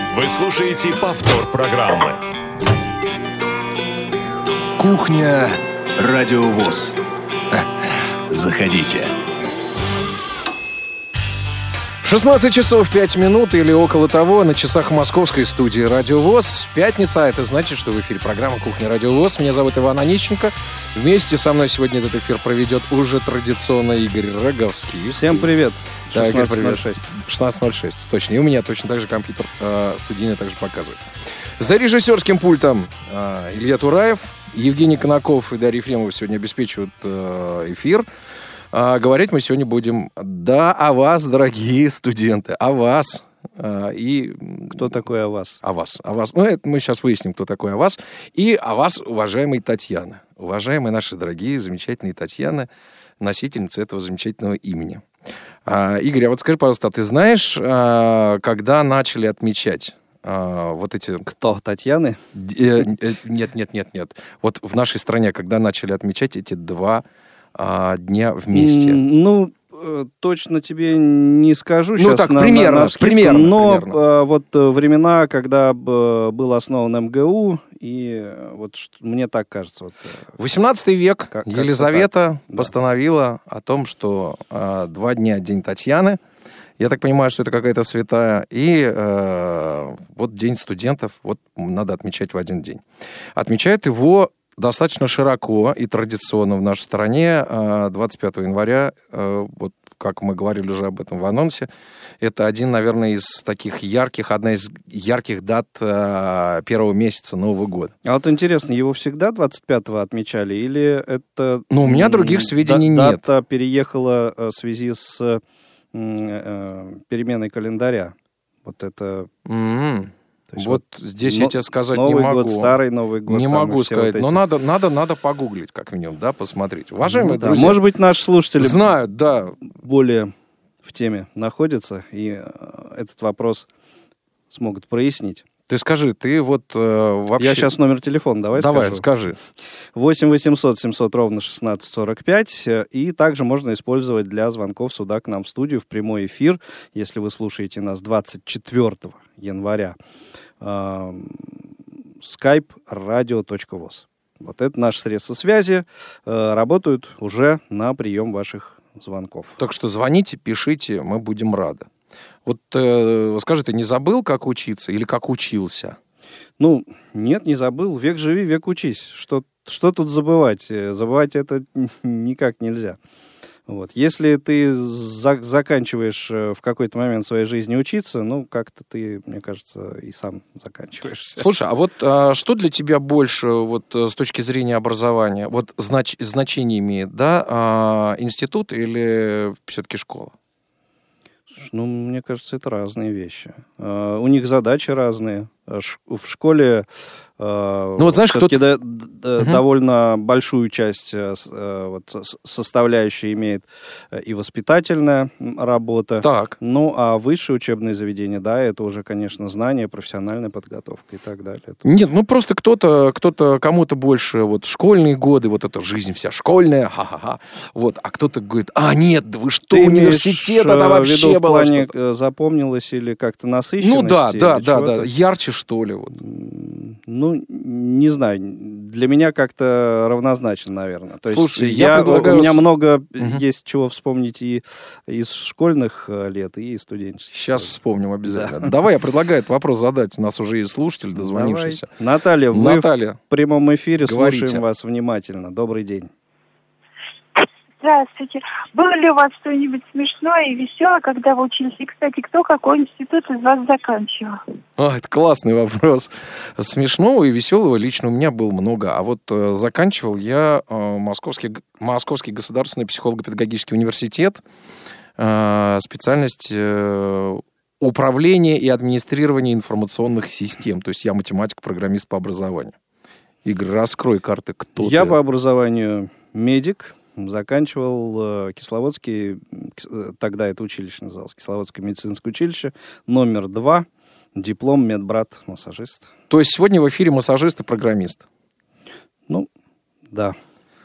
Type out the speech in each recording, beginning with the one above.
Вы слушаете повтор программы. Кухня Радио ВОС. Заходите. 16 часов 5 минут или около того на часах московской студии Радио ВОС. Пятница, это значит, что в эфире программа «Кухня Радио ВОС». Меня зовут Иван Онищенко. Вместе со мной сегодня этот эфир проведет уже традиционно Игорь Роговский. Всем привет. 16.06. 16.06, точно. И у меня точно так же компьютер студийный также показывает. За режиссерским пультом Илья Тураев, Евгений Конаков и Дарья Ефремова сегодня обеспечивают эфир. Говорить мы сегодня будем, да, о вас, дорогие студенты, о вас. И... Кто такой о вас? О вас. Ну, это мы сейчас выясним, кто такой о вас. И о вас, уважаемая Татьяна. Уважаемые наши дорогие, замечательные Татьяна, носительница этого замечательного имени. Игорь, а вот скажи, пожалуйста, а ты знаешь, когда начали отмечать вот эти... Кто, Татьяны? Нет. Вот в нашей стране, когда начали отмечать эти два дня вместе? Ну, точно тебе не скажу сейчас. Ну, так, примерно. Вот времена, когда был основан МГУ, и вот мне так кажется. Вот, 18 век Елизавета постановила о том, что 2 дня День Татьяны. Я так понимаю, что это какая-то святая. И вот День студентов вот надо отмечать в один день. Отмечают его достаточно широко и традиционно в нашей стране 25 января, вот как мы говорили уже об этом в анонсе, это одна из ярких дат первого месяца Нового года. А вот интересно, его всегда 25-го отмечали или это... Ну, у меня других сведений нет. Дата переехала в связи с переменой календаря. Вот это... Вот здесь я тебе сказать не могу. Новый год, старый Новый год. Не могу сказать, но надо погуглить, как минимум, да, посмотреть. Уважаемые друзья. Может быть, наши слушатели знают, да, более в теме находятся, и этот вопрос смогут прояснить. Ты скажи, ты вот вообще... Я сейчас номер телефона давай скажи. 8 800 700 ровно 1645. И также можно использовать для звонков сюда к нам в студию в прямой эфир, если вы слушаете нас 24 января. Skype radio.voz. Вот это наши средства связи. Работают уже на прием ваших звонков. Так что звоните, пишите, мы будем рады. Вот скажи, ты не забыл, как учиться или как учился? Ну, нет, не забыл. Век живи, век учись. Что тут забывать? Забывать это никак нельзя. Вот. Если ты заканчиваешь в какой-то момент своей жизни учиться, ну, как-то ты, мне кажется, и сам заканчиваешься. Слушай, а вот что для тебя больше вот с точки зрения образования? Вот значение имеет, да, институт или все-таки школа? Слушай, ну, мне кажется, это разные вещи. У них задачи разные. В школе вот, знаешь, довольно большую часть составляющей имеет и воспитательная работа. Так. Ну, а высшее учебное заведение, да, это уже, конечно, знания, профессиональная подготовка и так далее. Нет, ну просто кому-то больше вот школьные годы, вот эта жизнь вся школьная, ха-ха-ха. Вот, а кто-то говорит, нет, да вы что, ты университет, она вообще в была плане что-то. Запомнилось или как-то насыщенность? Ну да, ярче, что ли? Вот. Ну, не знаю. Для меня как-то равнозначно, наверное. То Слушай, есть я предлагаю... у меня много есть чего вспомнить и из школьных лет, и из студенческих. Сейчас вспомним обязательно. Да. Давай, я предлагаю этот вопрос задать. У нас уже есть слушатель, дозвонившийся. Давай. Наталья, вы в прямом эфире. Говорите. Слушаем вас внимательно. Добрый день. Здравствуйте. Было ли у вас что-нибудь смешное и веселое, когда вы учились? И, кстати, какой институт из вас заканчивал? Это классный вопрос. Смешного и веселого лично у меня было много. А вот заканчивал я Московский государственный психолого-педагогический университет, специальность управление и администрирование информационных систем. То есть я математик-программист по образованию. Игорь, раскрой карты, кто ты. Я по образованию медик. Заканчивал Кисловодский, тогда это училище называлось, Кисловодское медицинское училище, номер 2, диплом медбрат-массажист. То есть сегодня в эфире массажист и программист? Ну, да.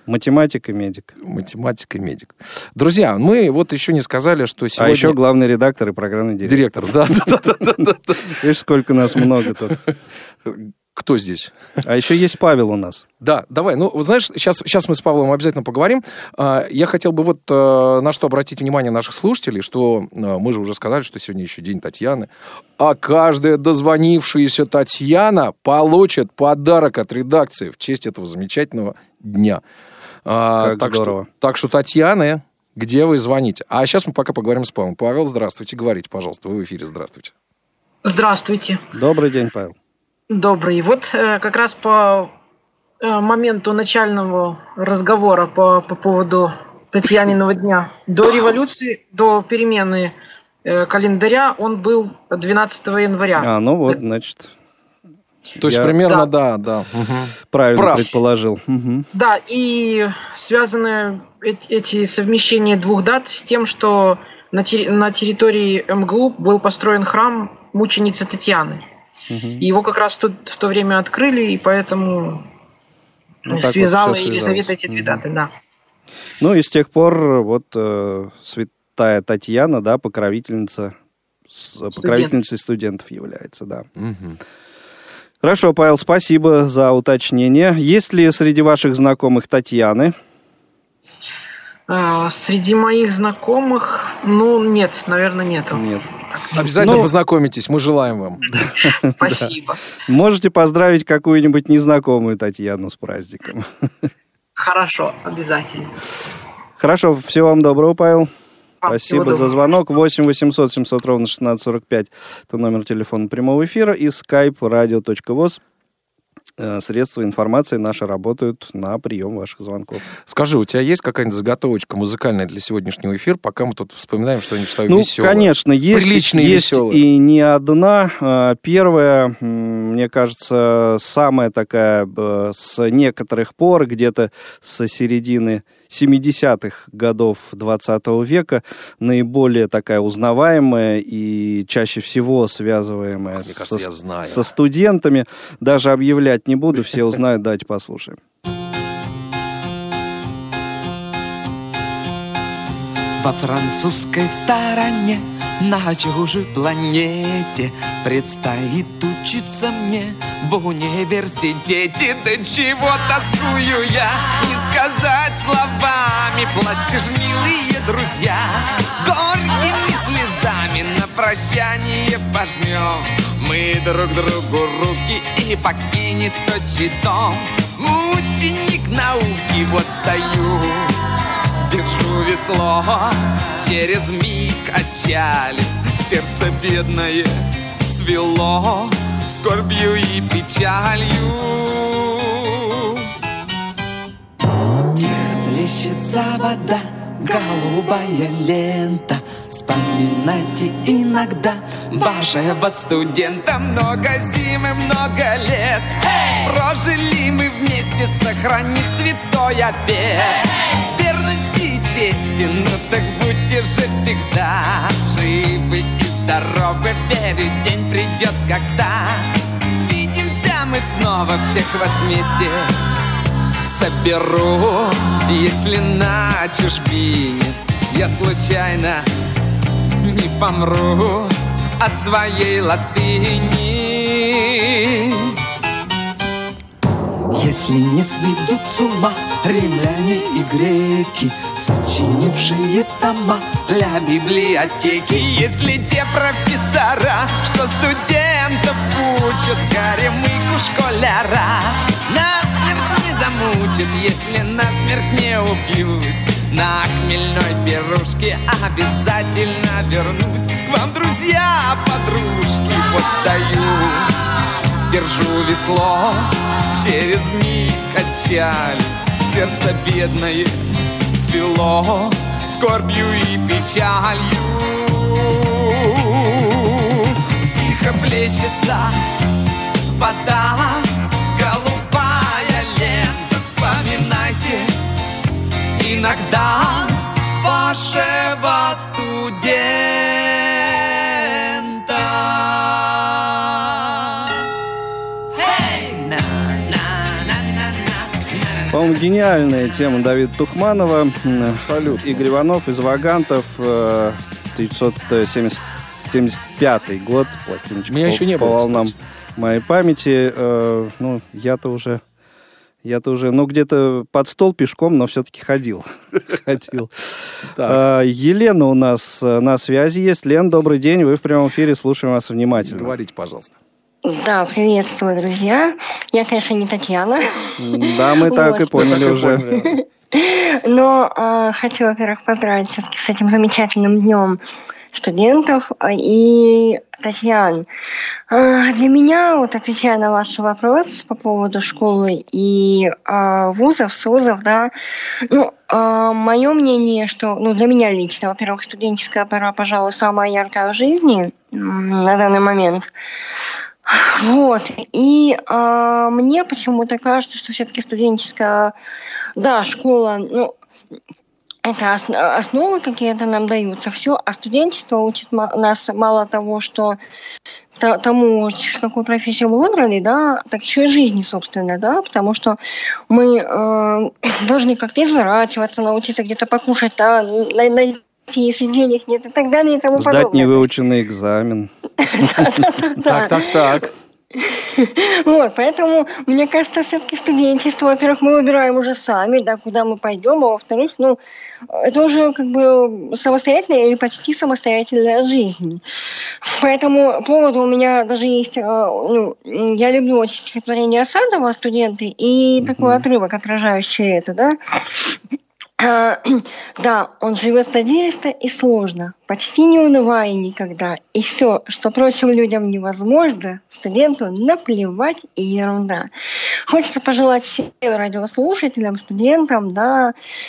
Математик и медик. Математик и медик. Друзья, мы вот еще не сказали, что сегодня... А еще главный редактор и программный директор. Да. Видишь, сколько нас много тут. Кто здесь? А еще есть Павел у нас. Да, давай. Ну, вот знаешь, сейчас мы с Павлом обязательно поговорим. Я хотел бы вот на что обратить внимание наших слушателей, что мы же уже сказали, что сегодня еще День Татьяны, а каждая дозвонившаяся Татьяна получит подарок от редакции в честь этого замечательного дня. Как здорово. Так что, Татьяны, где вы звоните? А сейчас мы пока поговорим с Павлом. Павел, здравствуйте, говорите, пожалуйста, вы в эфире, здравствуйте. Здравствуйте. Добрый день, Павел. Добрый. Вот как раз по моменту начального разговора по поводу Татьяниного дня. До революции, до перемены календаря он был 12 января. Ну вот, значит... То есть примерно, да. Правильно предположил. Да, и связаны эти совмещения двух дат с тем, что на территории МГУ был построен храм мученицы Татьяны. И его как раз в то время открыли, и поэтому связала вот Елизавета эти две даты, да. Ну и с тех пор вот святая Татьяна, да, покровительницей студентов является, да. Хорошо, Павел, спасибо за уточнение. Есть ли среди ваших знакомых Татьяны? Среди моих знакомых, нет, наверное, нету. Нет. Обязательно познакомитесь, мы желаем вам. Спасибо. Можете поздравить какую-нибудь незнакомую Татьяну с праздником. Хорошо, обязательно. Хорошо, всего вам доброго, Павел. Спасибо за звонок. 8 800 700 ровно 1645. Это номер телефона прямого эфира. И skype radio.voz. Средства информации наши работают на прием ваших звонков. Скажи, у тебя есть какая-нибудь заготовочка музыкальная для сегодняшнего эфира, пока мы тут вспоминаем что-нибудь свое веселое? Конечно, есть веселое. И не одна. Первая, мне кажется, самая такая с некоторых пор, где-то с середины 70-х годов 20 века, наиболее такая узнаваемая и чаще всего связываемая со студентами. Даже объявлять не буду, все узнают, давайте послушаем. Во французской стороне, на чужой планете, предстоит учиться мне в университете. Да чего тоскую я, не сказать словами. Плачьте ж, милые друзья, горькими слезами на прощание пожмем мы друг другу руки и покинет отчий дом. Ученик науки, вот стою, держу весло, через миг отчалит, сердце бедное свело скорбью и печалью. Плещется вода, голубая лента, вспоминайте иногда вашего студента. Много зим и много лет прожили мы вместе, сохранив святой обет. Верность и честен, ну так будьте же всегда живы и здоровы. Верю, день придет, когда свидимся мы снова, всех вас вместе соберу. Если на чужбине я случайно не помру от своей латыни. Если не сведут с ума римляне и греки, сочинившие тома для библиотеки. Если те профессора, что студентов учат, горемыку школяра насмерть не замучат, если насмерть не убьюсь. На хмельной пирушке обязательно вернусь к вам, друзья, подружки. Вот стою, держу весло, через миг отчалит, сердце бедное свело скорбью и печалью. Тихо плещется вода, голубая лента, вспоминайте иногда вашего студента. По-моему, гениальная тема Давида Тухманова. Абсолютно. Игорь Иванов из Вагантов, 1975 год, пластиночка Меня еще не по было, волнам кстати. моей памяти. Я-то уже, где-то под стол пешком, но все-таки ходил. Так. Елена у нас на связи есть. Лен, добрый день, вы в прямом эфире, слушаем вас внимательно. Говорите, пожалуйста. Да, приветствую, друзья. Я, конечно, не Татьяна. Да, мы так и поняли уже. Но хочу, во-первых, поздравить все-таки с этим замечательным днем студентов и Татьян. Для меня, вот отвечая на ваш вопрос по поводу школы и вузов, СУЗов, да, мое мнение, что, для меня лично, во-первых, студенческая пора, пожалуй, самая яркая в жизни на данный момент. Вот. И мне почему-то кажется, что все-таки студенческая, школа, это основы какие-то нам даются, все, а студенчество учит нас мало того, что тому, какую профессию мы выбрали, да, так еще и жизни, собственно, да, потому что мы должны как-то изворачиваться, научиться где-то покушать, да, найти, если денег нет и так далее и тому подобное. Сдать невыученный экзамен. Так. Вот, поэтому, мне кажется, все-таки студенчество, во-первых, мы выбираем уже сами, да, куда мы пойдем, а во-вторых, это уже как бы самостоятельная или почти самостоятельная жизнь. По этому поводу у меня даже есть, я люблю очень стихотворение Асадова «Студенты» и такой отрывок, отражающий это, да. Да, он живет задиристо и сложно, почти не унывая никогда. И все, что прочим людям невозможно, студенту наплевать и ерунда. Хочется пожелать всем радиослушателям, студентам, да,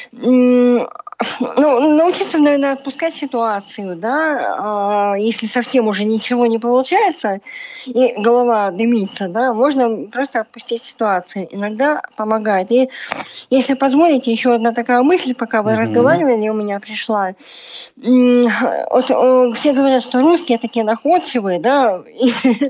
научиться, наверное, отпускать ситуацию, да, если совсем уже ничего не получается и голова дымится, да, можно просто отпустить ситуацию. Иногда помогает. И если позволите, еще одна такая мысль, пока вы разговаривали, у меня пришла. Вот, все говорят, что русские такие находчивые, да, и,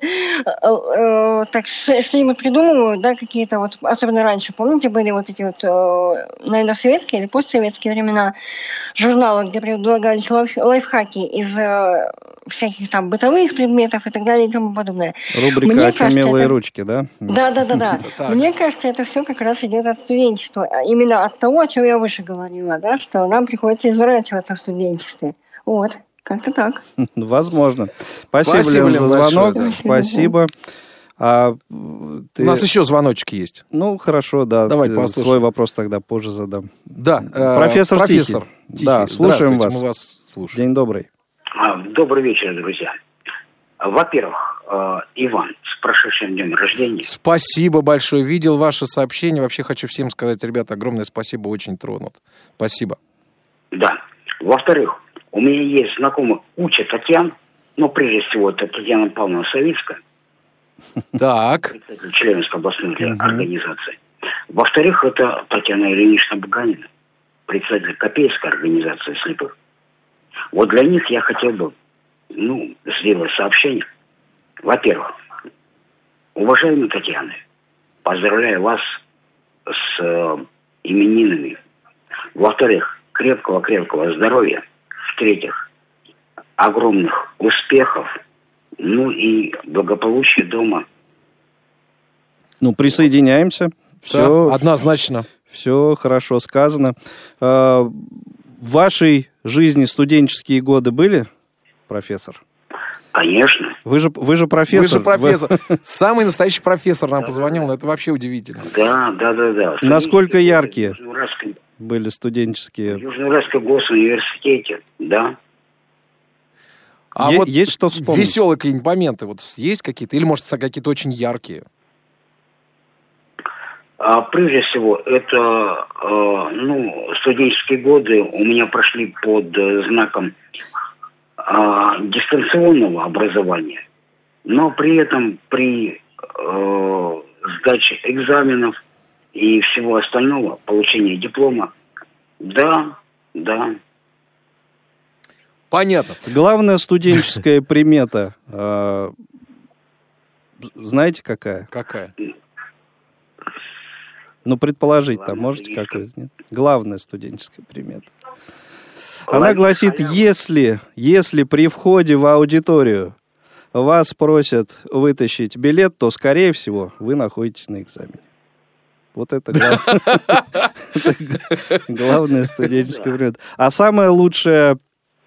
так что-нибудь придумывают, да, какие-то вот, особенно раньше, помните, были вот эти вот, наверное, в советские или постсоветские времена журналы, где предлагались лайфхаки из всяких там бытовых предметов и так далее и тому подобное. Рубрика «Очумелые ручки», да? Да. Мне кажется, это все как раз идет от студенчества. Именно от того, о чем я выше говорила, да, что нам приходится изворачиваться в студенчестве. Вот, как-то так. Возможно. Спасибо, Лен, за звонок. Большое, да. Спасибо. У нас еще звоночек есть. Хорошо, да. Давайте послушаем. Свой вопрос тогда позже задам. Да. Профессор Тихий. Да, слушаем вас. Мы вас слушаем. День добрый. Добрый вечер, друзья. Во-первых, Иван, с прошедшим днем рождения. Спасибо большое. Видел ваше сообщение. Вообще хочу всем сказать, ребята, огромное спасибо. Очень тронут. Спасибо. Да. Во-вторых, у меня есть знакомый Уча Татьян, прежде всего, это Татьяна Павловна Савицкая. Так. Председатель Челябинской областной организации. Во-вторых, это Татьяна Ильинична Буганина, председатель Копейской организации слепых. Вот для них я хотел бы, сделать сообщение. Во-первых, уважаемые Татьяны, поздравляю вас с именинами. Во-вторых, крепкого здоровья. В-третьих, огромных успехов, и благополучия дома. Присоединяемся. Все однозначно. Все хорошо сказано. В вашей жизни студенческие годы были, профессор? Конечно. Вы же профессор. Самый настоящий профессор нам позвонил, но это вообще удивительно. Да. Насколько яркие были студенческие? В Южноуральском госуниверситете, да. А есть что вспомнить? Веселые какие-нибудь моменты вот есть какие-то? Или, может, какие-то очень яркие? Прежде всего, это студенческие годы у меня прошли под знаком дистанционного образования, но при этом при сдаче экзаменов и всего остального, получении диплома, да. Понятно. Главная студенческая примета, знаете, какая? Какая? Ну, предположить там можете какую-то, нет? Главная студенческая примета. Она гласит, если при входе в аудиторию вас просят вытащить билет, то, скорее всего, вы находитесь на экзамене. Вот это главная студенческая примета. А самый лучший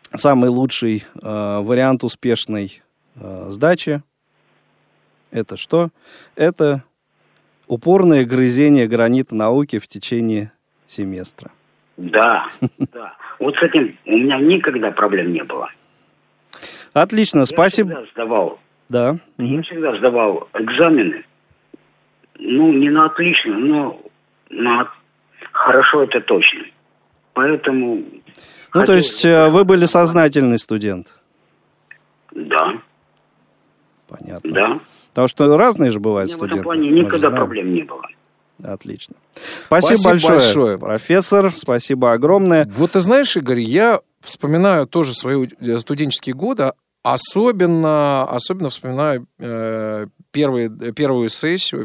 вариант успешной сдачи — это что? Это упорное грызение гранита науки в течение семестра. Да. Вот с этим у меня никогда проблем не было. Отлично, спасибо. Я всегда сдавал. Да. Я всегда сдавал экзамены. Ну, не на отлично, но на хорошо это точно. Поэтому... Ну, то есть вы были сознательный студент? Да. Понятно. Да. Потому что разные же бывают студенты. В этом плане никогда проблем не было. Отлично. Спасибо большое, профессор. Спасибо огромное. Вот ты знаешь, Игорь, я вспоминаю тоже свои студенческие годы. Особенно вспоминаю первую сессию,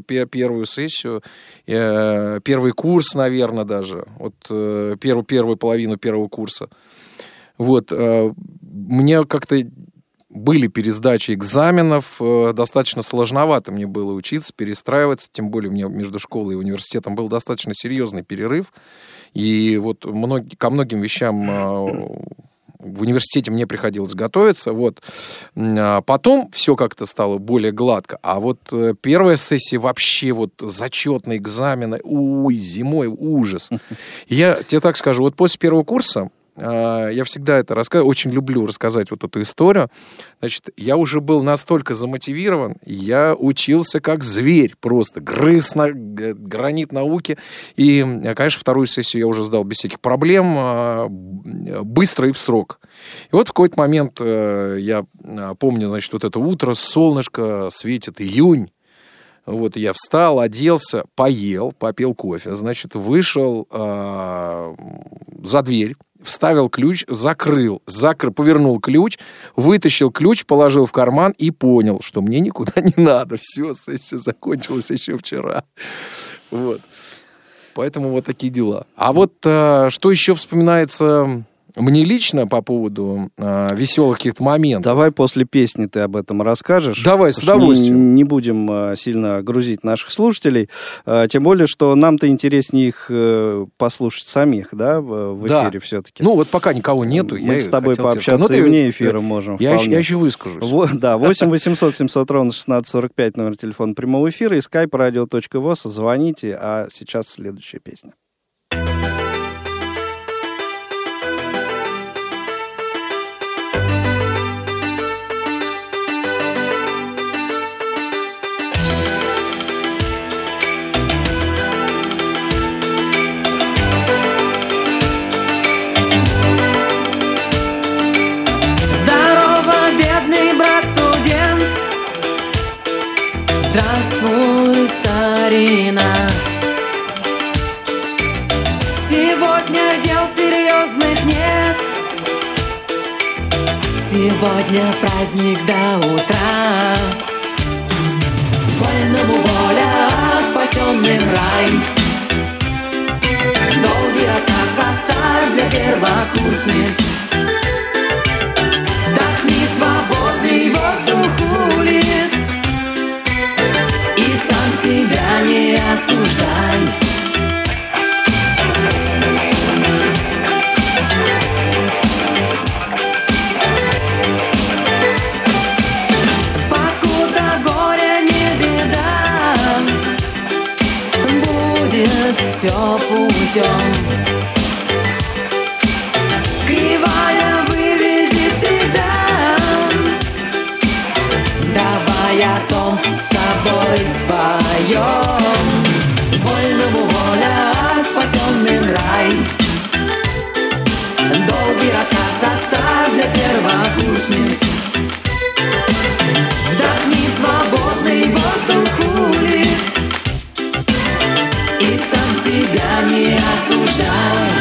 первый курс, наверное, даже. Вот первую половину первого курса. Вот. Мне как-то были пересдачи экзаменов, достаточно сложновато мне было учиться, перестраиваться, тем более у меня между школой и университетом был достаточно серьезный перерыв, и вот ко многим вещам в университете мне приходилось готовиться, вот. Потом все как-то стало более гладко, а вот первая сессия вообще вот зачетные экзамены, зимой ужас. Я тебе так скажу, вот после первого курса я всегда это рассказываю, очень люблю рассказать вот эту историю. Значит, я уже был настолько замотивирован, я учился как зверь просто, грыз гранит науки. И, конечно, вторую сессию я уже сдал без всяких проблем, быстро и в срок. И вот в какой-то момент я помню, значит, вот это утро, солнышко, светит июнь. Вот я встал, оделся, поел, попил кофе, значит, вышел за дверь, вставил ключ, закрыл, повернул ключ, вытащил ключ, положил в карман и понял, что мне никуда не надо. Все, сессия закончилась еще вчера. Вот. Поэтому вот такие дела. А вот что еще вспоминается мне лично по поводу веселых каких-то моментов. Давай после песни ты об этом расскажешь. Давай, с удовольствием. Не будем сильно грузить наших слушателей. Тем более, что нам-то интереснее их послушать самих, да, в эфире все-таки. Ну, вот пока никого нету. Мы с тобой пообщаться и вне эфира можем. Я еще выскажусь. Да, 8 800 700 ровно 1645, номер телефона прямого эфира, и skype radio.voz. Звоните, а сейчас следующая песня. Здравствуй, старина. Сегодня дел серьезных нет. Сегодня праздник до утра. Вольному воля, спасенным рай. Долгий рассказ оставь для первокурсниц. Вдохни свободный воздух улиц. Себя не осуждай. Покуда горе не беда, будет все путем. Кривая вывези всегда. Давай о том с тобой своем. Вольному воля, спасенным рай. Долгий рассказ оставь для первокурсниц. Вдохни свободный воздух улиц. И сам себя не осуждай.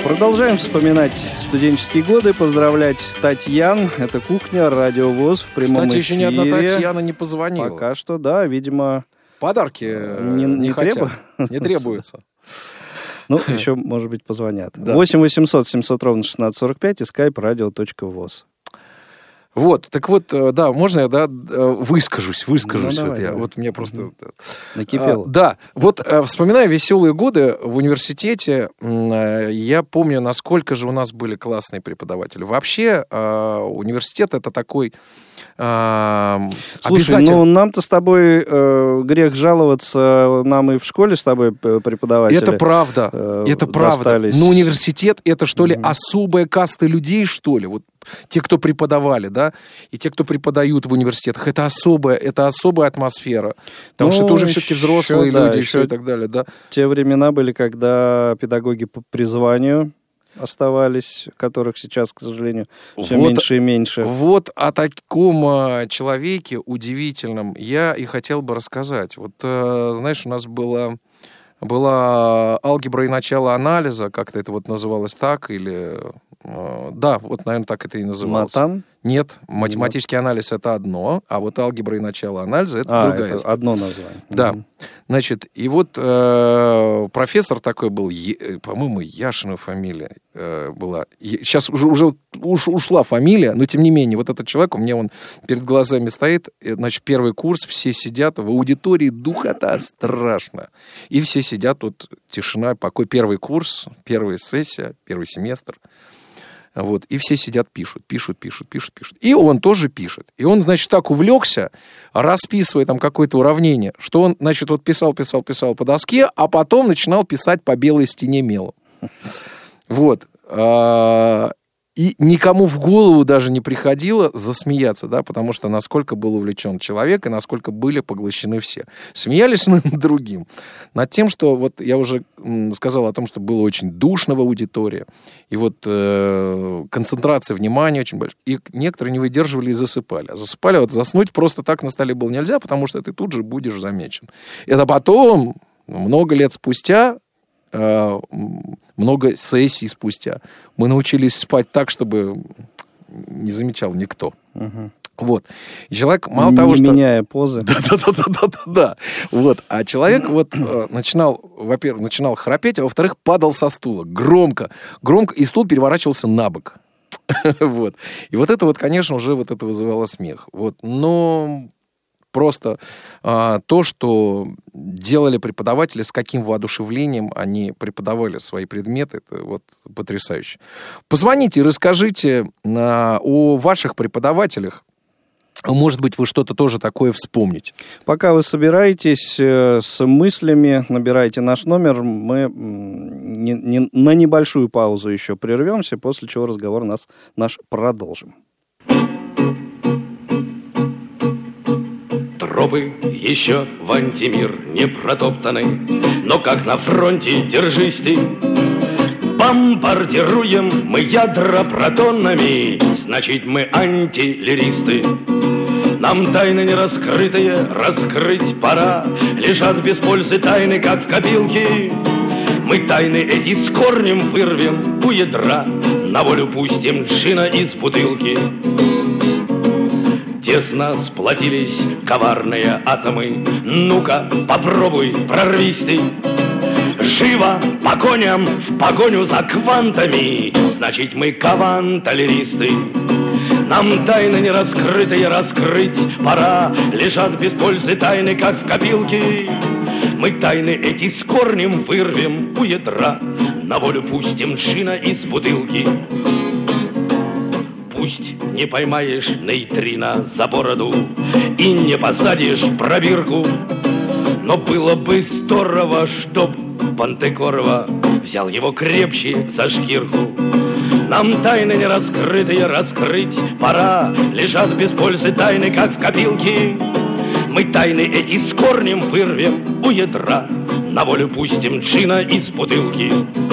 Продолжаем вспоминать студенческие годы, поздравлять Татьян. Это «Кухня», Радио ВОС в прямом эфире. Кстати, еще ни одна Татьяна не позвонила. Пока что, да, видимо... Подарки не требуются. Ну, еще, может быть, позвонят. 8 800 700 ровно 1645 и skype-radio.voz. Вот, так вот, да, можно я, выскажусь. Ну, давай, давай. Вот мне просто... Накипело. Да, вот вспоминая веселые годы в университете, я помню, насколько же у нас были классные преподаватели. Вообще, университет — это такой... Слушай, ну нам-то с тобой грех жаловаться, нам и в школе с тобой преподаватели. Это правда, это правда. Но университет — это, что ли, особая каста людей, что ли? Вот те, кто преподавали, да, и те, кто преподают в университетах, это особая атмосфера. Потому что это уже все-таки взрослые люди, еще и так далее, да. Те времена были, когда педагоги по призванию оставались, которых сейчас, к сожалению, все меньше и меньше. Вот о таком человеке удивительном я и хотел бы рассказать. Вот, знаешь, у нас была алгебра и начало анализа, как-то это вот называлось так, или... Да, вот, наверное, так это и называлось. Матан? Нет, математический анализ — это одно, а вот алгебра и начало анализа — это другая это история. Одно название. Да. Значит, и вот профессор такой был, по-моему, Яшина фамилия была. Сейчас уже ушла фамилия, но тем не менее, вот этот человек, у меня он перед глазами стоит, значит, первый курс, все сидят, в аудитории духота страшно. И все сидят, тут тишина, покой, первый курс, первая сессия, первый семестр. Вот, и все сидят, пишут. И он тоже пишет. И он, значит, так увлекся, расписывая там какое-то уравнение, что он, значит, вот писал по доске, а потом начинал писать по белой стене мелом. Вот. И никому в голову даже не приходило засмеяться, да, потому что насколько был увлечен человек и насколько были поглощены все. Смеялись над другим. Над тем, что вот я уже сказал о том, что было очень душно в аудитории, и вот концентрация внимания очень большая. И некоторые не выдерживали и засыпали. А засыпали, вот заснуть просто так на столе было нельзя, потому что ты тут же будешь замечен. Это потом, много лет спустя, много сессий спустя, мы научились спать так, чтобы не замечал никто. Вот. И человек, мало того, что... Не меняя позы. Да. Вот. А человек вот начинал, во-первых, начинал храпеть, а во-вторых, падал со стула. Громко, и стул переворачивался на бок. Вот. И вот это вот, конечно, уже вот это вызывало смех. Вот. Но... Просто то, что делали преподаватели, с каким воодушевлением они преподавали свои предметы, это вот потрясающе. Позвоните и расскажите о ваших преподавателях. Может быть, вы что-то тоже такое вспомните. Пока вы собираетесь с мыслями, набирайте наш номер. Мы на небольшую паузу еще прервемся, после чего разговор наш продолжим. Тропы еще в антимир не протоптаны, но как на фронте держись ты. Бомбардируем мы ядра протонами, значит мы антилеристы. Нам тайны нераскрытые раскрыть пора, лежат без пользы тайны, как в копилке. Мы тайны эти с корнем вырвем у ядра, на волю пустим джина из бутылки. Тесно сплотились коварные атомы. Ну-ка, попробуй, прорвись ты. Живо по коням, в погоню за квантами, значит мы кванталеристы. Нам тайны нераскрытые раскрыть пора, лежат без пользы тайны, как в копилке. Мы тайны эти с корнем вырвем у ядра, на волю пустим джина из бутылки. Пусть не поймаешь нейтрино за бороду и не посадишь в пробирку, но было бы здорово, чтоб Пантекорова взял его крепче за шкирку. Нам тайны нераскрытые раскрыть пора, лежат без пользы тайны, как в копилке. Мы тайны эти с корнем вырвем у ядра, на волю пустим джина из бутылки.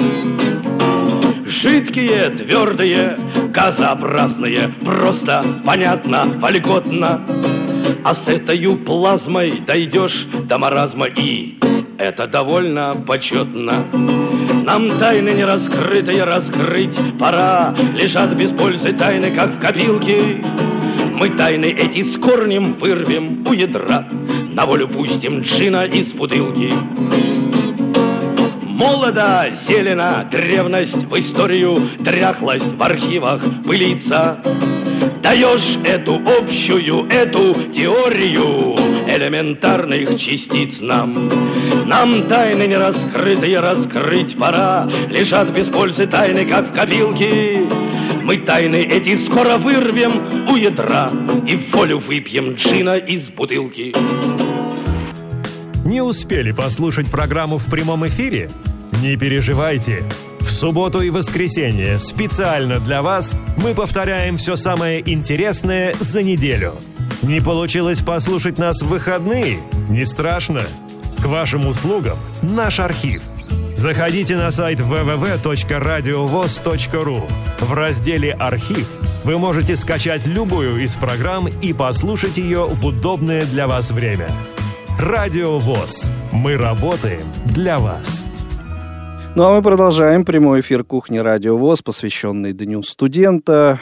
Жидкие, твердые, газообразные, просто, понятно, вольготно. А с этой плазмой дойдешь до маразма и это довольно почетно. Нам тайны не раскрытые раскрыть пора. Лежат без пользы тайны, как в копилке. Мы тайны эти с корнем вырвем у ядра. На волю пустим джина из бутылки. Молодо, зелена, древность в историю, дряхлость в архивах пылится. Даешь эту общую, эту теорию элементарных частиц нам. Нам тайны не раскрытые раскрыть пора. Лежат без пользы тайны, как в копилке. Мы тайны эти скоро вырвем у ядра и в волю выпьем джина из бутылки. Не успели послушать программу в прямом эфире? Не переживайте. В субботу и воскресенье специально для вас мы повторяем все самое интересное за неделю. Не получилось послушать нас в выходные? Не страшно. К вашим услугам наш архив. Заходите на сайт www.radiovoz.ru. В разделе «Архив» вы можете скачать любую из программ и послушать ее в удобное для вас время. Радио ВОС. Мы работаем для вас. Ну, а мы продолжаем прямой эфир «Кухни Радио ВОС», посвященный Дню студента,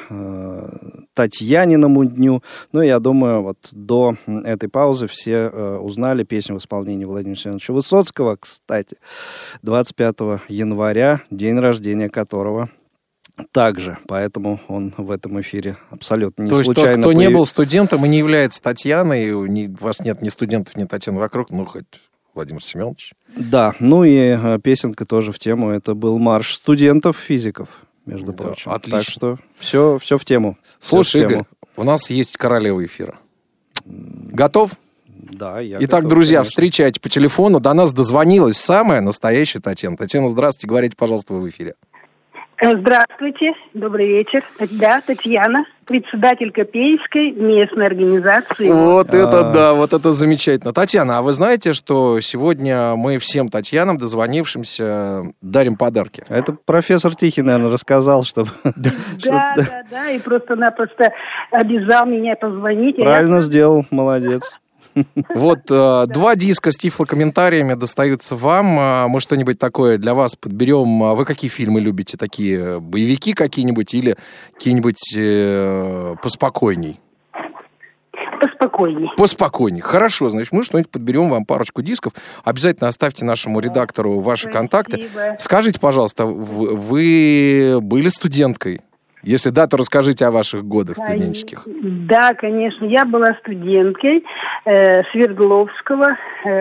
Татьяниному дню. Ну, я думаю, вот до этой паузы все узнали песню в исполнении Владимира Семеновича Высоцкого. Кстати, 25 января, день рождения которого также. Поэтому он в этом эфире абсолютно не случайно. То есть тот, кто не был студентом и не является Татьяной, у вас нет ни студентов, ни Татьяны вокруг, ну, хоть Владимир Семенович. Да, ну и песенка тоже в тему. Это был марш студентов-физиков, между прочим. Отлично. Так что все в тему. Слушай, Игорь, у нас есть королева эфира. Готов? Да, я Итак, готов, друзья, конечно. встречайте по телефону. До нас дозвонилась самая настоящая Татьяна. Татьяна, здравствуйте, говорите, пожалуйста, вы в эфире. Здравствуйте, добрый вечер. Да, Татьяна, председатель Копейской местной организации. Вот это да, вот это замечательно. Татьяна, а вы знаете, что сегодня мы всем Татьянам, дозвонившимся, дарим подарки? Это профессор Тихий, наверное, рассказал, чтобы... Да, и просто-напросто обязал меня позвонить. Правильно сделал, молодец. Вот 2 диска с тифлокомментариями достаются вам. Мы что-нибудь такое для вас подберем. Вы какие фильмы любите? Такие боевики какие-нибудь или какие-нибудь поспокойней? Поспокойней. Поспокойней. Хорошо, значит, мы что-нибудь подберем вам, парочку дисков. Обязательно оставьте нашему редактору ваши контакты. Скажите, пожалуйста, вы были студенткой? Если да, то расскажите о ваших годах студенческих. Да, конечно. Я была студенткой Свердловского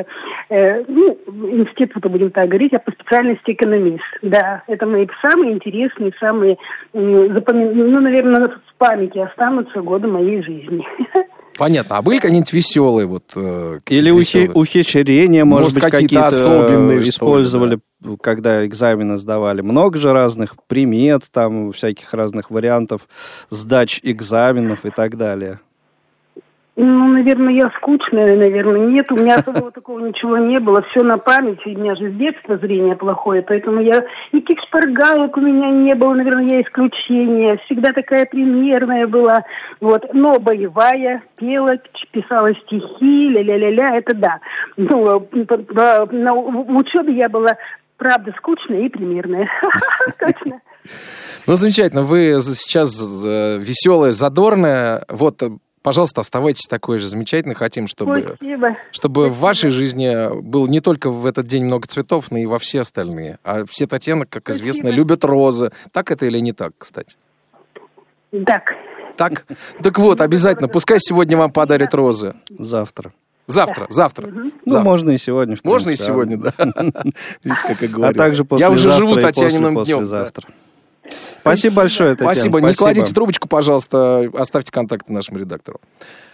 института, будем так говорить, а по специальности экономист. Да, это мои самые интересные, самые, наверное, в памяти останутся годы моей жизни. Понятно. А были какие-нибудь веселые? Или ухищрения, может быть, какие-то особенные использовали, когда экзамены сдавали. Много же разных примет, там всяких разных вариантов сдач экзаменов и так далее. Ну, наверное, я скучная, наверное, нет. У меня особого такого ничего не было. Все на память. У меня же с детства зрение плохое, поэтому никаких шпаргалок у меня не было. Наверное, я исключение. Всегда такая примерная была. Вот. Но боевая, пела, писала стихи, ля-ля-ля-ля, это да. Ну, в учебе я была, правда, скучная и примерная. Точно. Ну, замечательно. Вы сейчас веселая, задорная. Вот, пожалуйста, оставайтесь такой же замечательной. Хотим, чтобы в вашей жизни было не только в этот день много цветов, но и во все остальные. А все Татьяны, как известно, любят розы. Так это или не так, кстати? Так. Так? Так вот, обязательно. Пускай сегодня вам подарят розы. Завтра. Завтра. Ну, можно и сегодня. Можно и сегодня, да. Видите, как и говорится. А также я уже живу и Татьяниным днем. Послезавтра. Спасибо большое, Татьяна. Спасибо. Не кладите трубочку, пожалуйста. Оставьте контакты нашему редактору.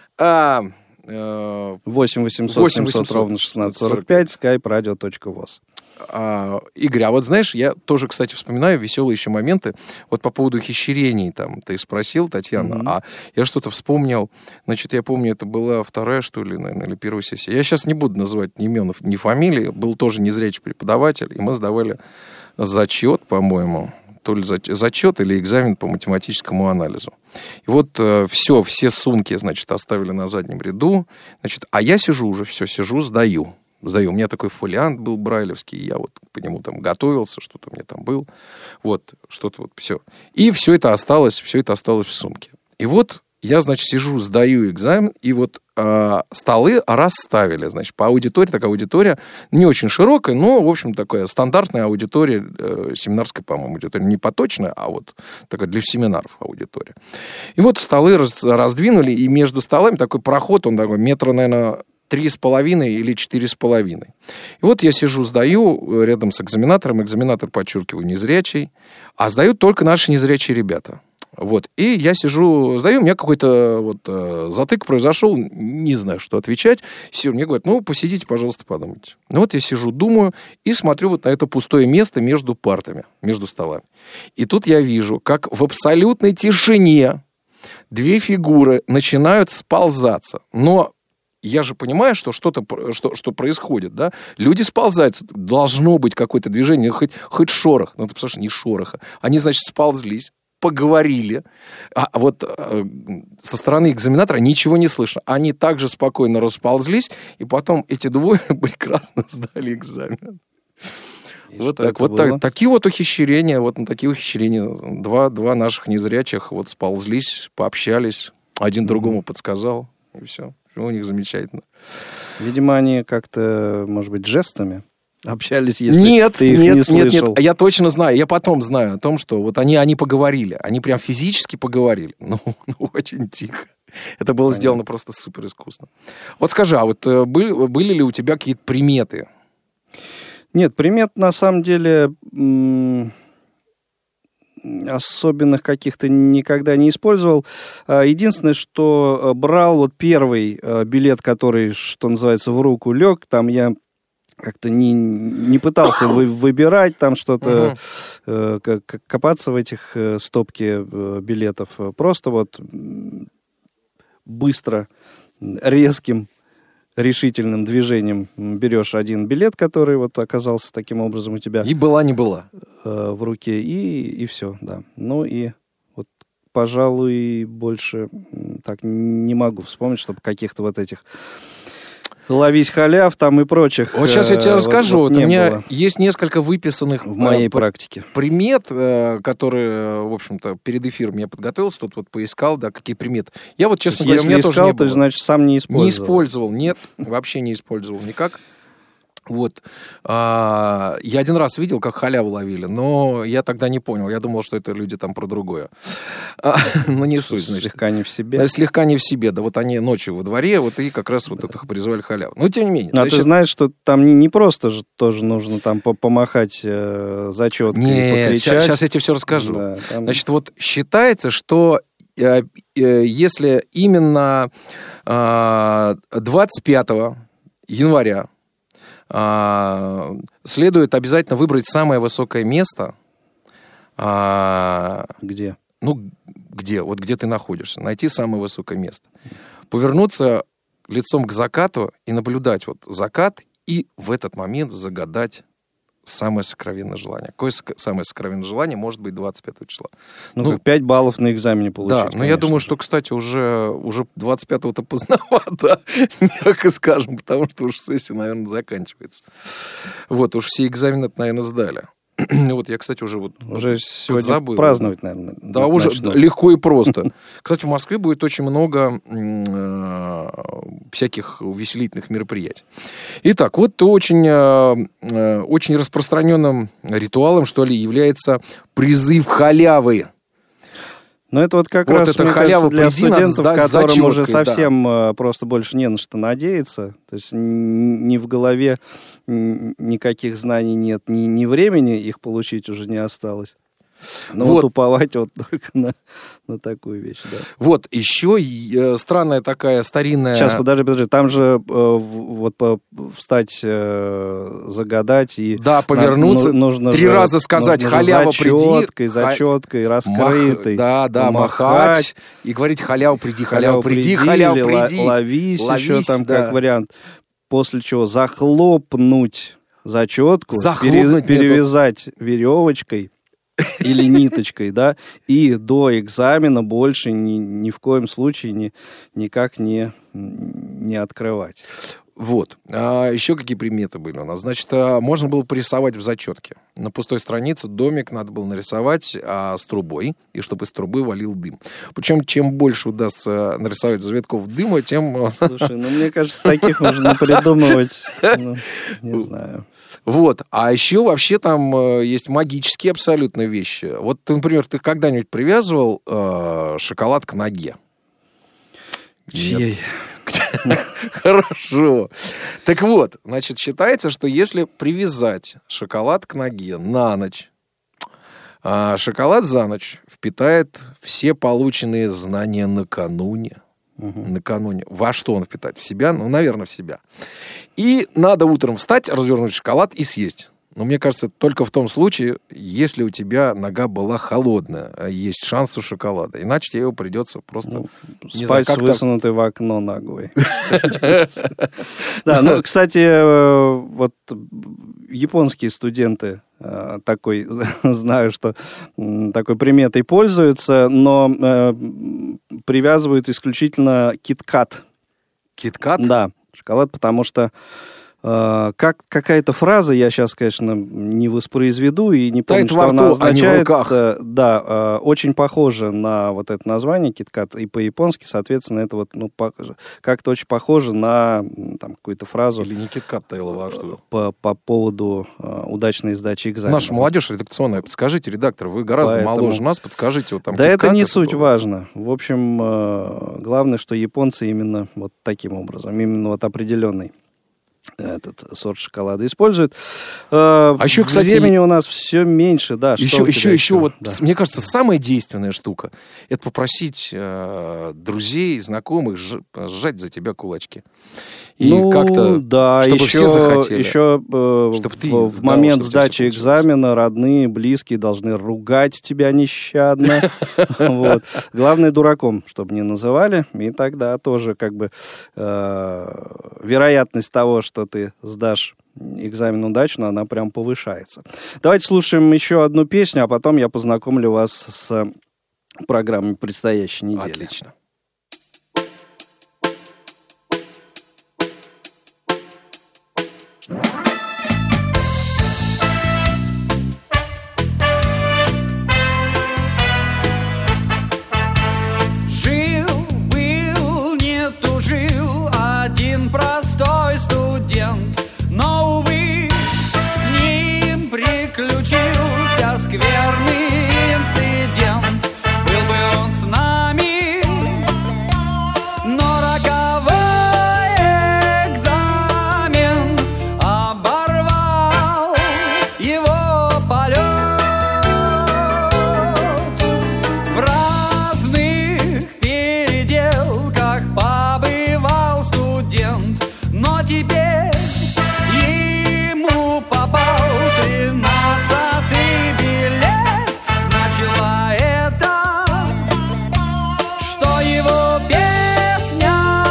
8 800 700 ровно 1645, skype radio.voz. Игорь, а вот знаешь, я тоже, кстати, вспоминаю веселые еще моменты. Вот по поводу ухищрений, там, ты спросил, Татьяна, а я что-то вспомнил. Значит, я помню, это была 2-я, что ли, наверное, или 1-я сессия. Я сейчас не буду называть ни имен, ни фамилии. Был тоже незрячий преподаватель, и мы сдавали зачет, по-моему, то ли зачет или экзамен по математическому анализу. И вот все сумки, значит, оставили на заднем ряду. Значит, а я сижу, сдаю. сдаю. У меня такой фолиант был брайлевский, я вот по нему там готовился, что-то у меня там был. Вот, что-то вот, все. И все это осталось в сумке. И вот я, значит, сижу, сдаю экзамен, и вот столы расставили, значит, по аудитории, такая аудитория не очень широкая, но, в общем, такая стандартная аудитория, семинарская, по-моему, аудитория, не поточная, а вот такая для семинаров аудитория. И вот столы раздвинули, и между столами такой проход, он такой метра, наверное, 3,5 или 4,5. И вот я сижу, сдаю рядом с экзаменатором, экзаменатор, подчеркиваю, незрячий, а сдают только наши незрячие ребята. Вот. И я сижу, сдаю, у меня какой-то вот затык произошел, не знаю, что отвечать. Мне говорят, ну, посидите, пожалуйста, подумайте. Ну, вот я сижу, думаю, и смотрю вот на это пустое место между партами, между столами. И тут я вижу, как в абсолютной тишине две фигуры начинают сползаться. Но я же понимаю, что что-то что происходит, да? Люди сползаются, должно быть какое-то движение, хоть шорох. Ну, ты представляешь, не шороха. Они, значит, сползлись. Поговорили, а вот со стороны экзаменатора ничего не слышно. Они также спокойно расползлись, и потом эти двое прекрасно сдали экзамен. И вот так, вот так, такие вот ухищрения, вот на такие ухищрения два наших незрячих вот сползлись, пообщались, один другому подсказал, и все. У них замечательно. Видимо, они как-то, может быть, жестами общались, если ты их не слышал. Нет, я точно знаю, я потом знаю о том, что вот они поговорили, они прям физически поговорили, ну очень тихо. Это было сделано просто супер искусно. Вот скажи, а вот были ли у тебя какие-то приметы? Нет, примет на самом деле особенных каких-то никогда не использовал. Единственное, что брал вот первый билет, который, что называется, в руку лег, там я как-то не пытался выбирать там что-то, копаться в этих стопке билетов. Просто вот быстро, резким, решительным движением берешь один билет, который вот оказался таким образом у тебя. И была не была. В руке, и все, да. Ну и вот, пожалуй, больше так не могу вспомнить, чтобы каких-то вот этих ловись халяв там и прочих. Вот сейчас я тебе расскажу. Вот у меня есть несколько выписанных в моей практике примет, которые, в общем-то, перед эфиром я подготовился, тут вот поискал, да, какие приметы. Я вот, честно говоря, у меня тоже не было. То значит, сам не использовал. Не использовал, нет, вообще не использовал никак. Вот. Я один раз видел, как халяву ловили, но я тогда не понял. Я думал, что это люди там про другое. Но не суть, значит. Слегка не в себе. Слегка не в себе, да. Вот они ночью во дворе, вот и как раз вот это призывали халяву. Но тем не менее. А ты знаешь, что там не просто же тоже нужно там помахать зачеткой и покричать. Сейчас я тебе все расскажу. Да, там... Значит, вот считается, что если именно 25 января следует обязательно выбрать самое высокое место. Где? Ну, где? Вот где ты находишься. Найти самое высокое место. Повернуться лицом к закату и наблюдать вот закат, и в этот момент загадать самое сокровенное желание. Какое самое сокровенное желание может быть 25 числа? Ну, 5 баллов на экзамене получить. Да, но я думаю, что, кстати, уже 25-го-то поздновато, мягко скажем, потому что уж сессия, наверное, заканчивается. Вот, уж все экзамены, наверное, сдали. Вот я, кстати, уже сегодня забыл. Праздновать, наверное. Да, уже легко и просто. Кстати, в Москве будет очень много всяких увеселительных мероприятий. Итак, вот очень распространенным ритуалом, что ли, является призыв халявы. Но это вот как раз, это мне халява, кажется, для студентов, которым зачеткой, уже совсем просто больше не на что надеяться. То есть ни в голове никаких знаний нет, ни времени их получить уже не осталось. Но вот уповать вот только на такую вещь, да. Вот, еще странная такая старинная... Сейчас, подожди, там же вот встать, загадать и... Да, повернуться, нужно 3 раза сказать «халява, приди». Зачеткой, раскрытой. Да, махать. И говорить «халява, приди, халява, приди, халява, приди». Ловись еще там как вариант. После чего захлопнуть зачетку, перевязать веревочкой или ниточкой, да, и до экзамена больше ни в коем случае никак не открывать. Вот. А еще какие приметы были у нас? Значит, можно было порисовать в зачетке. На пустой странице домик надо было нарисовать с трубой, и чтобы из трубы валил дым. Причем, чем больше удастся нарисовать завитков дыма, тем... Слушай, мне кажется, таких можно придумывать, не знаю. Вот. А еще вообще там есть магические абсолютно вещи. Вот, например, ты когда-нибудь привязывал шоколад к ноге? Чьей? Хорошо. Так вот, значит, считается, что если привязать шоколад к ноге на ночь, шоколад за ночь впитает все полученные знания накануне. Накануне. Во что он впитает? В себя? Ну, наверное, в себя. И надо утром встать, развернуть шоколад и съесть. Но мне кажется, только в том случае, если у тебя нога была холодная, есть шанс у шоколада. Иначе тебе его придется просто... спать с высунутой в окно ногой. Да, ну, кстати, вот японские студенты такой, знаю, что такой приметой пользуются, но привязывают исключительно кит-кат. Кит-кат? Да, шоколад, потому что как какая-то фраза, я сейчас, конечно, не воспроизведу и не помню, что она означает. Да, очень похоже на вот это название кит-кат, и по-японски, соответственно, это вот, ну, как-то очень похоже на там какую-то фразу. Или не кит-кат, Тейлова, а что? По поводу удачной сдачи экзамена. Наша молодежь редакционная, подскажите, редактор, вы гораздо моложе нас, подскажите. Вот там да это не суть важно. В общем, главное, что японцы именно вот таким образом, именно вот определенный этот сорт шоколада используют. А еще, кстати, времени у нас все меньше, да. Еще вот, да. Мне кажется, самая действенная штука — это попросить друзей, знакомых сжать за тебя кулачки. И как-то, да, чтобы все захотели. Еще в момент сдал, сдачи экзамена родные, близкие должны ругать тебя нещадно. Главное, дураком, чтобы не называли. И тогда тоже как бы вероятность того, что ты сдашь экзамен удачно, она прям повышается. Давайте слушаем еще одну песню, а потом я познакомлю вас с программой предстоящей недели. Отлично. Жил-был, не тужил один простой студент, но, увы, с ним приключился скверный инцидент. Был бы он с нами, но роковой экзамен оборвал его полет. В разных переделках побывал студент, но теперь ему попал 13-й билет. Значило это, что его песня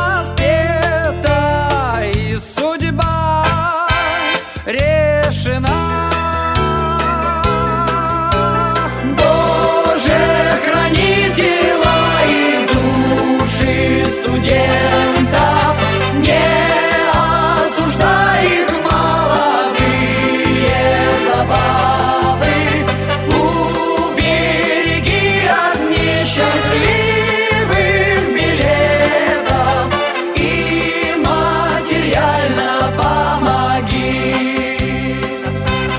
спета и судьба решена. Боже, храни тела и души студентов, не осуждай их молодые забавы, убереги от несчастливых билетов и материально помоги.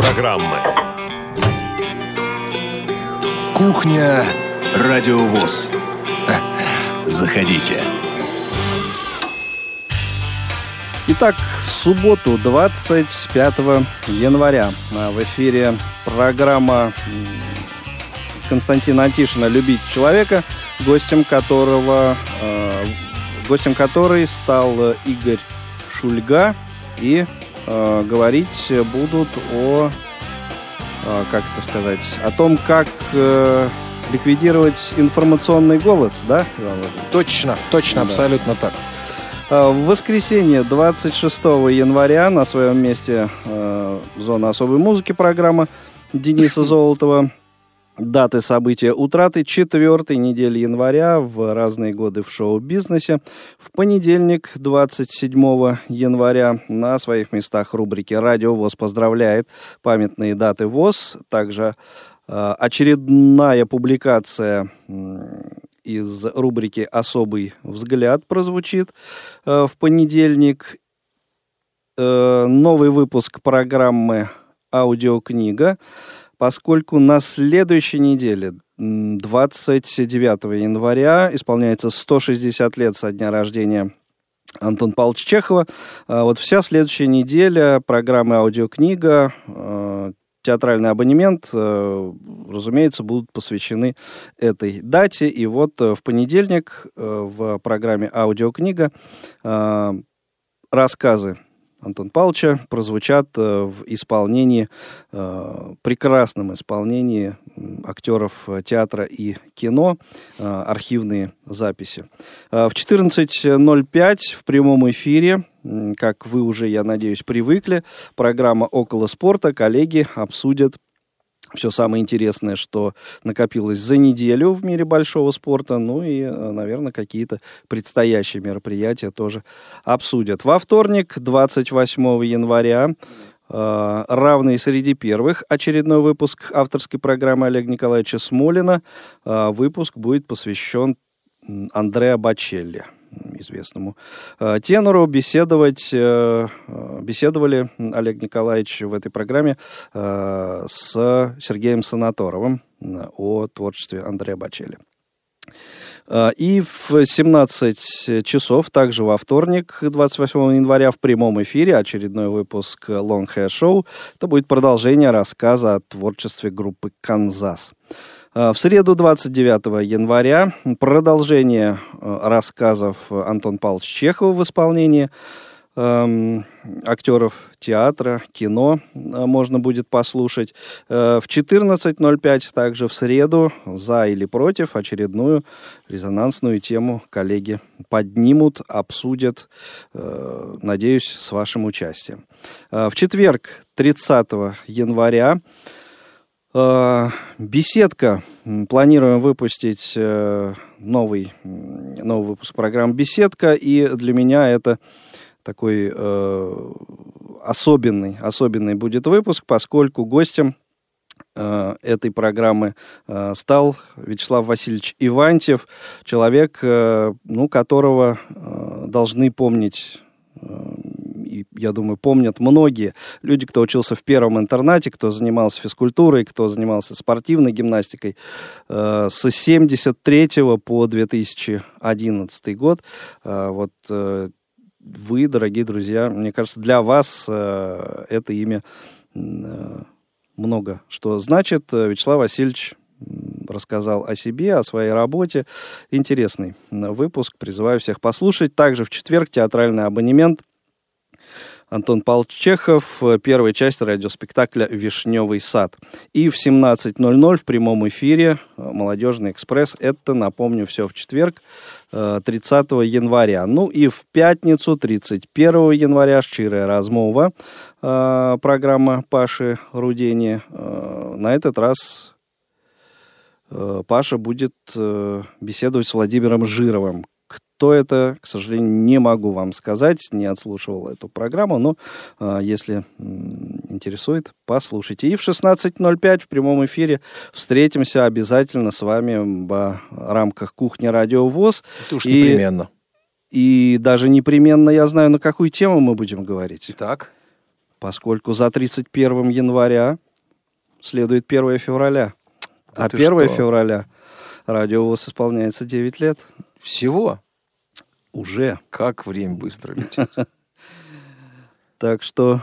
программы. Кухня Радио ВОС. Заходите. Итак, в субботу, 25 января, в эфире программа Константина Антишина «Любить человека», гостем которой стал Игорь Шульга. И говорить будут о том, как ликвидировать информационный голод, да, Иван Владимирович? Точно, абсолютно так. В воскресенье, 26 января, на своем месте «Зона особой музыки» программа Дениса Золотова. Даты, события, утраты 4-й недели января в разные годы в шоу-бизнесе. В понедельник, 27 января, на своих местах рубрики «Радио ВОС поздравляет», памятные даты ВОС. Также очередная публикация из рубрики «Особый взгляд» прозвучит в понедельник. Новый выпуск программы «Аудиокнига», поскольку на следующей неделе, 29 января, исполняется 160 лет со дня рождения Антона Павловича Чехова. Вот вся следующая неделя программы «Аудиокнига», театральный абонемент, разумеется, будут посвящены этой дате. И вот в понедельник в программе «Аудиокнига» рассказы Антона Павловича прозвучат в исполнении, прекрасном исполнении актеров театра и кино, архивные записи. В 14:05 в прямом эфире, как вы уже, я надеюсь, привыкли, программа «Около спорта». Коллеги обсудят все самое интересное, что накопилось за неделю в мире большого спорта. Ну и, наверное, какие-то предстоящие мероприятия тоже обсудят. Во вторник, 28 января, «Равные среди первых», очередной выпуск авторской программы Олега Николаевича Смолина. Выпуск будет посвящен Андреа Бочелли, известному тенору. Беседовали Олег Николаевич в этой программе с Сергеем Санаторовым о творчестве Андреа Бочелли. И в 17 часов, также во вторник, 28 января, в прямом эфире очередной выпуск Long Hair Show. Это будет продолжение рассказа о творчестве группы «Канзас». В среду, 29 января, продолжение рассказов Антона Павловича Чехова в исполнении актеров театра, кино можно будет послушать. В 14:05 также в среду «За или против» очередную резонансную тему коллеги поднимут, обсудят, надеюсь, с вашим участием. В четверг, 30 января, «Беседка». Планируем выпустить новый выпуск программы «Беседка». И для меня это такой особенный будет выпуск, поскольку гостем этой программы стал Вячеслав Васильевич Ивантьев, человек, которого должны помнить, и, я думаю, помнят многие люди, кто учился в первом интернате, кто занимался физкультурой, кто занимался спортивной гимнастикой с 1973 по 2011 год. Вот вы, дорогие друзья, мне кажется, для вас это имя много что значит. Вячеслав Васильевич рассказал о себе, о своей работе. Интересный выпуск, призываю всех послушать. Также в четверг театральный абонемент. Антон Павлович Чехов, первая часть радиоспектакля «Вишневый сад». И в 17:00 в прямом эфире «Молодежный экспресс». Это, напомню, все в четверг, 30 января. Ну и в пятницу, 31 января, «Щирая размова», программа Паши Рудени. На этот раз Паша будет беседовать с Владимиром Жировым. Кто это, к сожалению, не могу вам сказать, не отслушивал эту программу, но если интересует, послушайте. И в 16:05 в прямом эфире встретимся обязательно с вами в рамках «Кухни Радио ВОС». Это уж непременно. И даже непременно я знаю, на какую тему мы будем говорить. Так. Поскольку за 31 января следует 1 февраля. Да а 1 февраля Радио ВОС исполняется 9 лет. Всего? Уже. Как время быстро летит. Так что...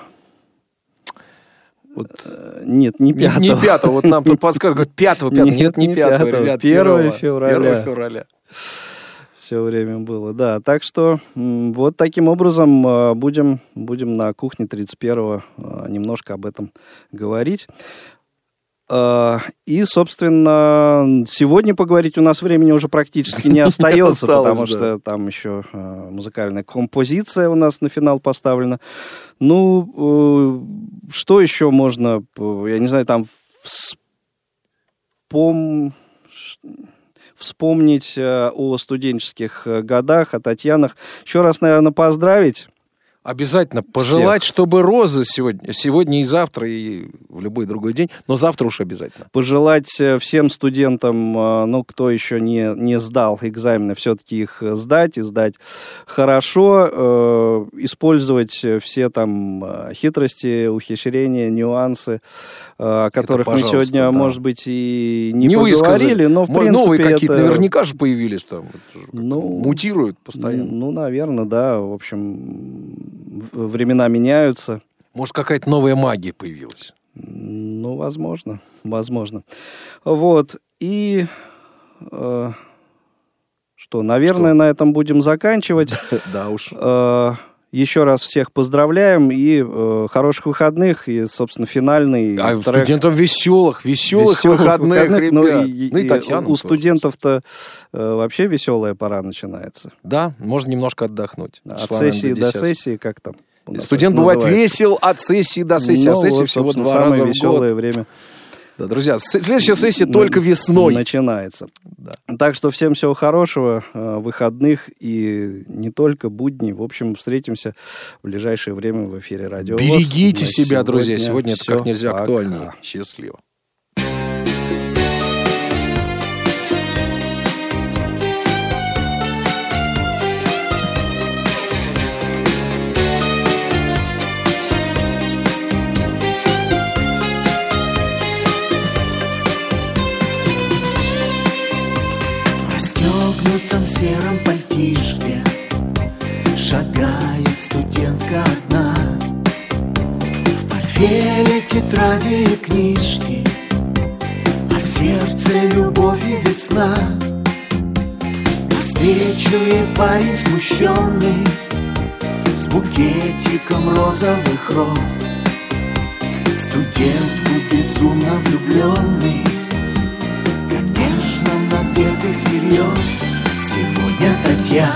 Нет, не 5. Не 5, вот нам тут подсказывают, 5. Нет, не 5, ребят, 1 февраля. 1 февраля. Все время было, да. Так что вот таким образом будем на кухне 31-го немножко об этом говорить. И, собственно, сегодня поговорить у нас времени уже практически не остается, потому что там еще музыкальная композиция у нас на финал поставлена. Ну, что еще можно, я не знаю, там вспомнить о студенческих годах, о Татьянах. Еще раз, наверное, поздравить. Обязательно пожелать, чтобы розы сегодня и завтра, и в любой другой день, но завтра уж обязательно. Пожелать всем студентам, ну, кто еще не сдал экзамены, все-таки их сдать, и сдать хорошо, использовать все там хитрости, ухищрения, нюансы, о которых мы сегодня, да, может быть, и не поговорили, но, в принципе, новые какие-то наверняка же появились там, мутируют постоянно. Ну, наверное, да, в общем... Времена меняются. Может, какая-то новая магия появилась? Ну, возможно. Вот. И что, наверное, на этом будем заканчивать. Да уж. Еще раз всех поздравляем и хороших выходных, и, собственно, финальный трек. Студентам веселых выходных, ребят. Ну и Татьяна. У студентов-то вообще веселая пора начинается. Да, можно немножко отдохнуть. От сессии до сессии, как там? Студент бывает весел от сессии до сессии, а сессия всего 2 раза в год. Самое веселое время. Да, друзья, следующая сессия только весной начинается. Да. Так что всем всего хорошего, выходных и не только будней. В общем, встретимся в ближайшее время в эфире Радио ВОС. Берегите себя, друзья. Сегодня это как нельзя актуальнее. Счастливо. В сером пальтишке шагает студентка одна. В портфеле тетради и книжки, а в сердце любовь и весна. Навстречу ей парень смущенный с букетиком розовых роз. В студентку безумно влюбленный, конечно, навек и всерьез. Сегодня Татьяна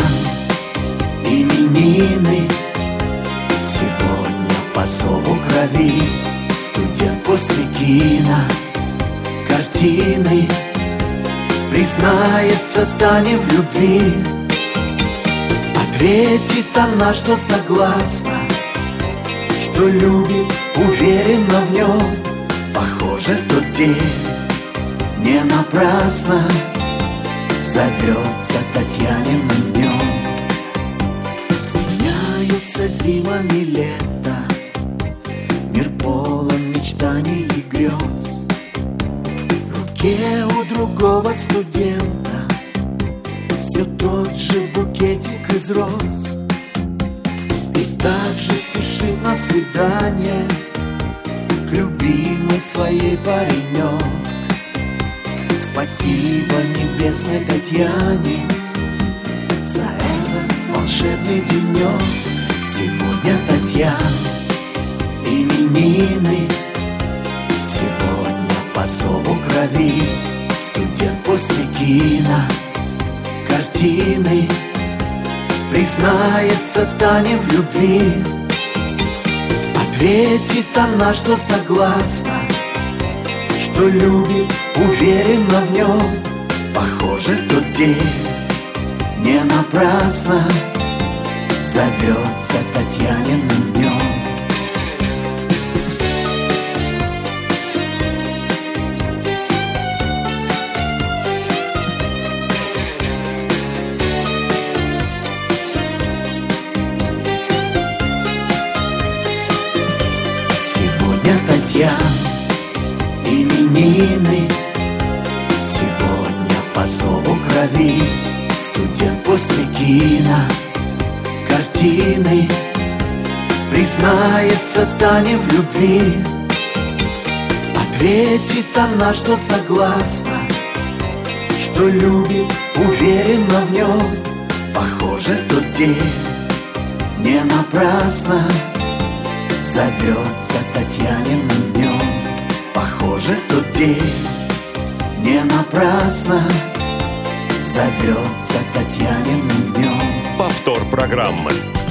именины, сегодня по зову крови. Студент после кино картины признается Тане в любви. Ответит она, что согласна, что любит, уверена в нем. Похоже, тот день не напрасно зовется Татьяниным днем. Сменяются зимами лето, мир полон мечтаний и грез. В руке у другого студента все тот же букетик из роз. И так же спешит на свидание к любимой своей паренек. Спасибо небесной Татьяне за этот волшебный денек. Сегодня Татьяна именины, сегодня по зову крови. Студент после кино картины признается Тане в любви. Ответит она, что согласна, что любит, уверена в нем. Похоже, тот день не напрасно зовется Татьяниным днем. Татьян именины. Сегодня по зову крови студент после кино картины признается Тане в любви. Ответит она, что согласна, что любит, уверена в нем. Похоже, тот день не напрасно зовется Татьяниным днем. Похоже, тот день не напрасно зовется Татьяниным днем. Повтор программы.